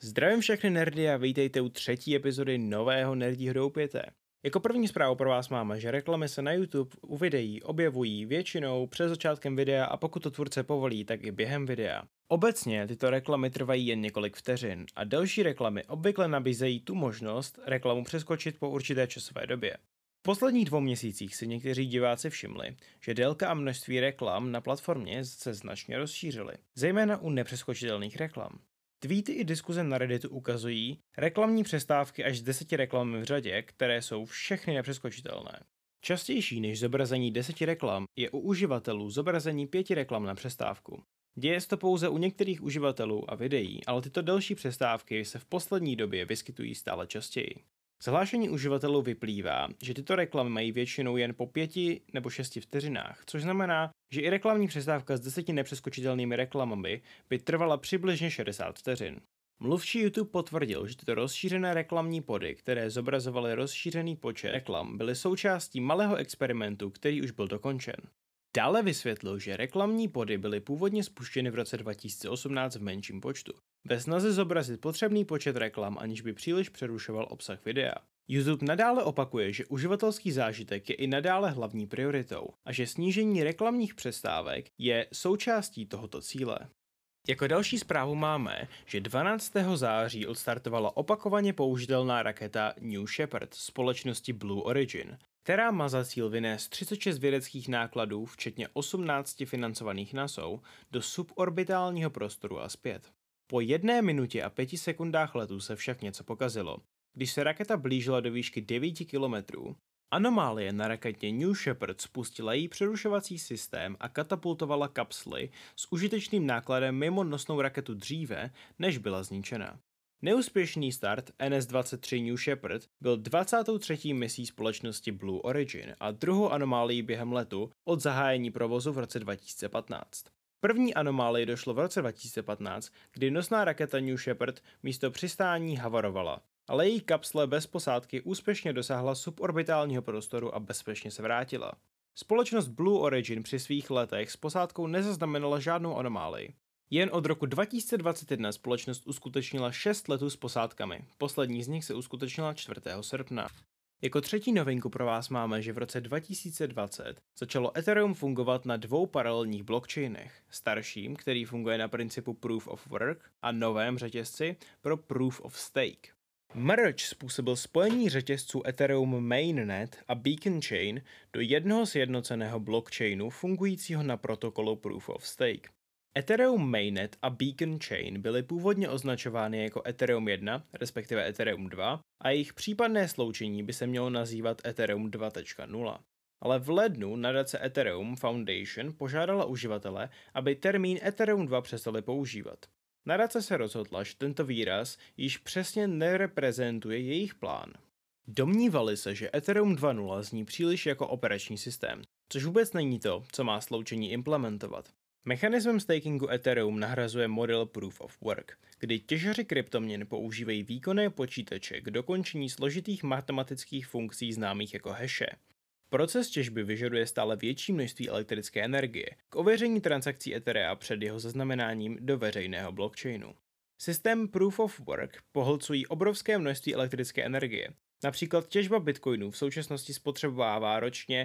Zdravím všechny nerdy a vítejte u třetí epizody nového Nerdího doupěte. Jako první zprávu pro vás máme, že reklamy se na YouTube u videí objevují většinou před začátkem videa a pokud to tvůrce povolí, tak i během videa. Obecně tyto reklamy trvají jen několik vteřin a delší reklamy obvykle nabízejí tu možnost reklamu přeskočit po určité časové době. V posledních 2 měsících si někteří diváci všimli, že délka a množství reklam na platformě se značně rozšířily, zejména u nepřeskočitelných reklam. Tweety i diskuze na Redditu ukazují reklamní přestávky až s 10 reklamami v řadě, které jsou všechny nepřeskočitelné. Častější než zobrazení 10 reklam je u uživatelů zobrazení 5 reklam na přestávku. Děje se to pouze u některých uživatelů a videí, ale tyto delší přestávky se v poslední době vyskytují stále častěji. Z hlášení uživatelů vyplývá, že tyto reklamy mají většinou jen po 5 nebo 6 vteřinách, což znamená, že i reklamní přestávka s 10 nepřeskočitelnými reklamami by trvala přibližně 60 vteřin. Mluvčí YouTube potvrdil, že tyto rozšířené reklamní pody, které zobrazovaly rozšířený počet reklam, byly součástí malého experimentu, který už byl dokončen. Dále vysvětlil, že reklamní pody byly původně spuštěny v roce 2018 v menším počtu, ve snaze zobrazit potřebný počet reklam, aniž by příliš přerušoval obsah videa. YouTube nadále opakuje, že uživatelský zážitek je i nadále hlavní prioritou a že snížení reklamních přestávek je součástí tohoto cíle. Jako další zprávu máme, že 12. září odstartovala opakovaně použitelná raketa New Shepard společnosti Blue Origin, která má za cíl vynést 36 vědeckých nákladů, včetně 18 financovaných NASou, do suborbitálního prostoru a zpět. Po 1 minutě a 5 sekundách letu se však něco pokazilo. Když se raketa blížila do výšky 9 kilometrů, anomálie na raketě New Shepard spustila její přerušovací systém a katapultovala kapsly s užitečným nákladem mimo nosnou raketu dříve, než byla zničena. Neúspěšný start NS-23 New Shepard byl 23. misí společnosti Blue Origin a druhou anomálií během letu od zahájení provozu v roce 2015. První anomálii došlo v roce 2015, kdy nosná raketa New Shepard místo přistání havarovala, ale její kapsle bez posádky úspěšně dosáhla suborbitálního prostoru a bezpečně se vrátila. Společnost Blue Origin při svých letech s posádkou nezaznamenala žádnou anomálii. Jen od roku 2021 společnost uskutečnila 6 letů s posádkami, poslední z nich se uskutečnila 4. srpna. Jako třetí novinku pro vás máme, že v roce 2020 začalo Ethereum fungovat na 2 paralelních blockchainech. Starším, který funguje na principu Proof of Work, a novém řetězci pro Proof of Stake. Merge způsobil spojení řetězců Ethereum Mainnet a Beacon Chain do jednoho sjednoceného blockchainu fungujícího na protokolu Proof of Stake. Ethereum Mainnet a Beacon Chain byly původně označovány jako Ethereum 1, respektive Ethereum 2, a jejich případné sloučení by se mělo nazývat Ethereum 2.0. Ale v lednu nadace Ethereum Foundation požádala uživatele, aby termín Ethereum 2 přestali používat. Nadace se rozhodla, že tento výraz již přesně nereprezentuje jejich plán. Domnívali se, že Ethereum 2.0 zní příliš jako operační systém, což vůbec není to, co má sloučení implementovat. Mechanismem stakingu Ethereum nahrazuje model Proof of Work, kdy těžaři kryptoměn používají výkonné počítače k dokončení složitých matematických funkcí známých jako haše. Proces těžby vyžaduje stále větší množství elektrické energie k ověření transakcí Etherea před jeho zaznamenáním do veřejného blockchainu. Systém Proof of Work pohlcují obrovské množství elektrické energie. Například těžba bitcoinů v současnosti spotřebovává ročně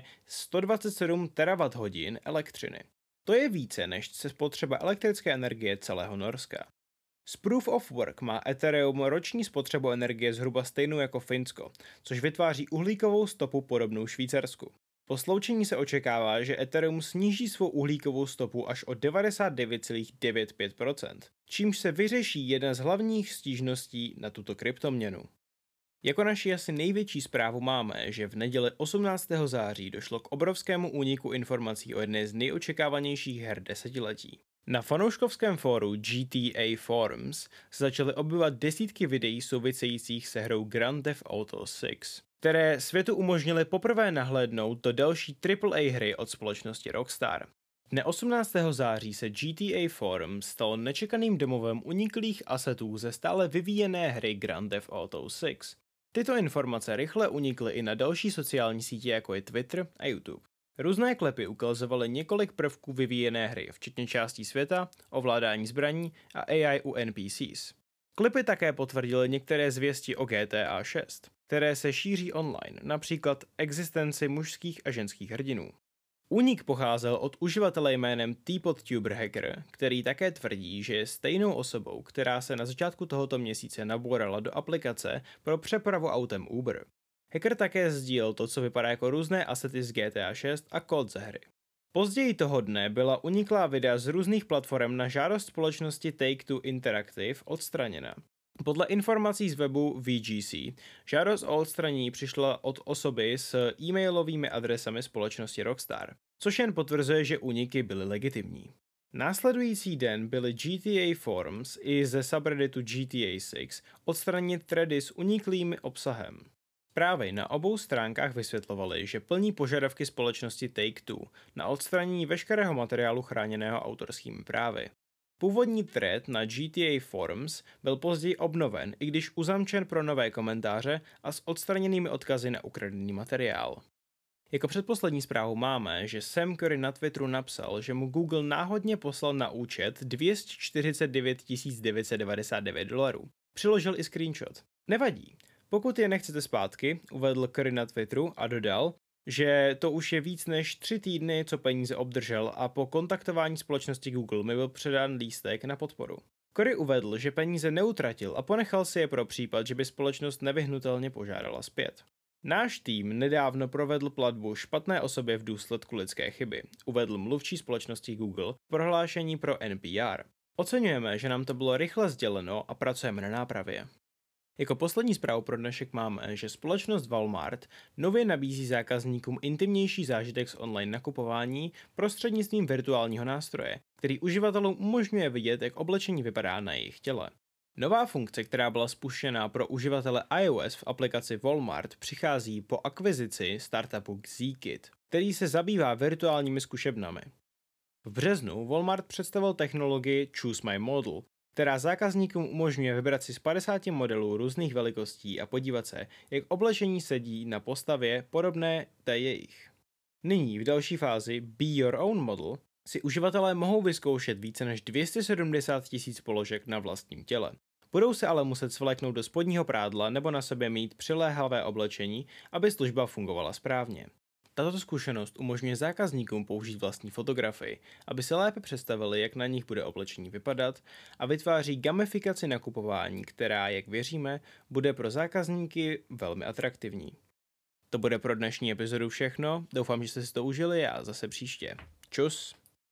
127 terawatt-hodin elektřiny. To je více než se spotřeba elektrické energie celého Norska. Z Proof of Work má Ethereum roční spotřebu energie zhruba stejnou jako Finsko, což vytváří uhlíkovou stopu podobnou Švýcarsku. Po sloučení se očekává, že Ethereum sníží svou uhlíkovou stopu až o 99,95%, čímž se vyřeší jedna z hlavních stížností na tuto kryptoměnu. Jako naši asi největší zprávu máme, že v neděli 18. září došlo k obrovskému úniku informací o jedné z nejočekávanějších her desetiletí. Na fanouškovském fóru GTA Forums se začaly objevovat desítky videí souvisejících se hrou Grand Theft Auto 6, které světu umožnily poprvé nahlédnout do další AAA hry od společnosti Rockstar. Dne 18. září se GTA Forums stalo nečekaným domovem uniklých asetů ze stále vyvíjené hry Grand Theft Auto 6. Tyto informace rychle unikly i na další sociální sítě jako je Twitter a YouTube. Různé klepy ukazovaly několik prvků vyvíjené hry, včetně částí světa, ovládání zbraní a AI u NPCs. Klipy také potvrdily některé zvěsti o GTA 6, které se šíří online, například existenci mužských a ženských hrdinů. Únik pocházel od uživatele jménem TeapotTuber Hacker, který také tvrdí, že je stejnou osobou, která se na začátku tohoto měsíce nabourala do aplikace pro přepravu autem Uber. Hacker také sdílel to, co vypadá jako různé asety z GTA 6 a kód ze hry. Později toho dne byla uniklá videa z různých platform na žádost společnosti Take-Two Interactive odstraněna. Podle informací z webu VGC, žádost o odstranění přišla od osoby s e-mailovými adresami společnosti Rockstar, což jen potvrzuje, že úniky byly legitimní. Následující den byly GTA Forums i ze subredditu GTA 6 odstranit thready s uniklým obsahem. Zprávy na obou stránkách vysvětlovaly, že plní požadavky společnosti Take-Two na odstranění veškerého materiálu chráněného autorskými právy. Původní thread na GTA Forums byl později obnoven, i když uzamčen pro nové komentáře a s odstraněnými odkazy na ukradený materiál. Jako předposlední zprávu máme, že Sam Curry na Twitteru napsal, že mu Google náhodně poslal na účet $249 999. Přiložil i screenshot. Nevadí. Pokud je nechcete zpátky, uvedl Curry na Twitteru a dodal, že to už je víc než 3 týdny, co peníze obdržel a po kontaktování společnosti Google mi byl předán lístek na podporu. Curry uvedl, že peníze neutratil a ponechal si je pro případ, že by společnost nevyhnutelně požádala zpět. Náš tým nedávno provedl platbu špatné osobě v důsledku lidské chyby, uvedl mluvčí společnosti Google v prohlášení pro NPR. Oceňujeme, že nám to bylo rychle sděleno a pracujeme na nápravě. Jako poslední zprávu pro dnešek máme, že společnost Walmart nově nabízí zákazníkům intimnější zážitek z online nakupování prostřednictvím virtuálního nástroje, který uživatelům umožňuje vidět, jak oblečení vypadá na jejich těle. Nová funkce, která byla spuštěna pro uživatele iOS v aplikaci Walmart, přichází po akvizici startupu Zeekit, který se zabývá virtuálními zkušebnami. V březnu Walmart představil technologii Choose My Model, která zákazníkům umožňuje vybrat si z 50 modelů různých velikostí a podívat se, jak oblečení sedí na postavě podobné té jejich. Nyní v další fázi Be Your Own Model si uživatelé mohou vyzkoušet více než 270 000 položek na vlastním těle. Budou se ale muset svléknout do spodního prádla nebo na sobě mít přiléhavé oblečení, aby služba fungovala správně. Tato zkušenost umožňuje zákazníkům použít vlastní fotografii, aby se lépe představili, jak na nich bude oblečení vypadat, a vytváří gamifikaci nakupování, která, jak věříme, bude pro zákazníky velmi atraktivní. To bude pro dnešní epizodu všechno, doufám, že jste si to užili a zase příště. Čus!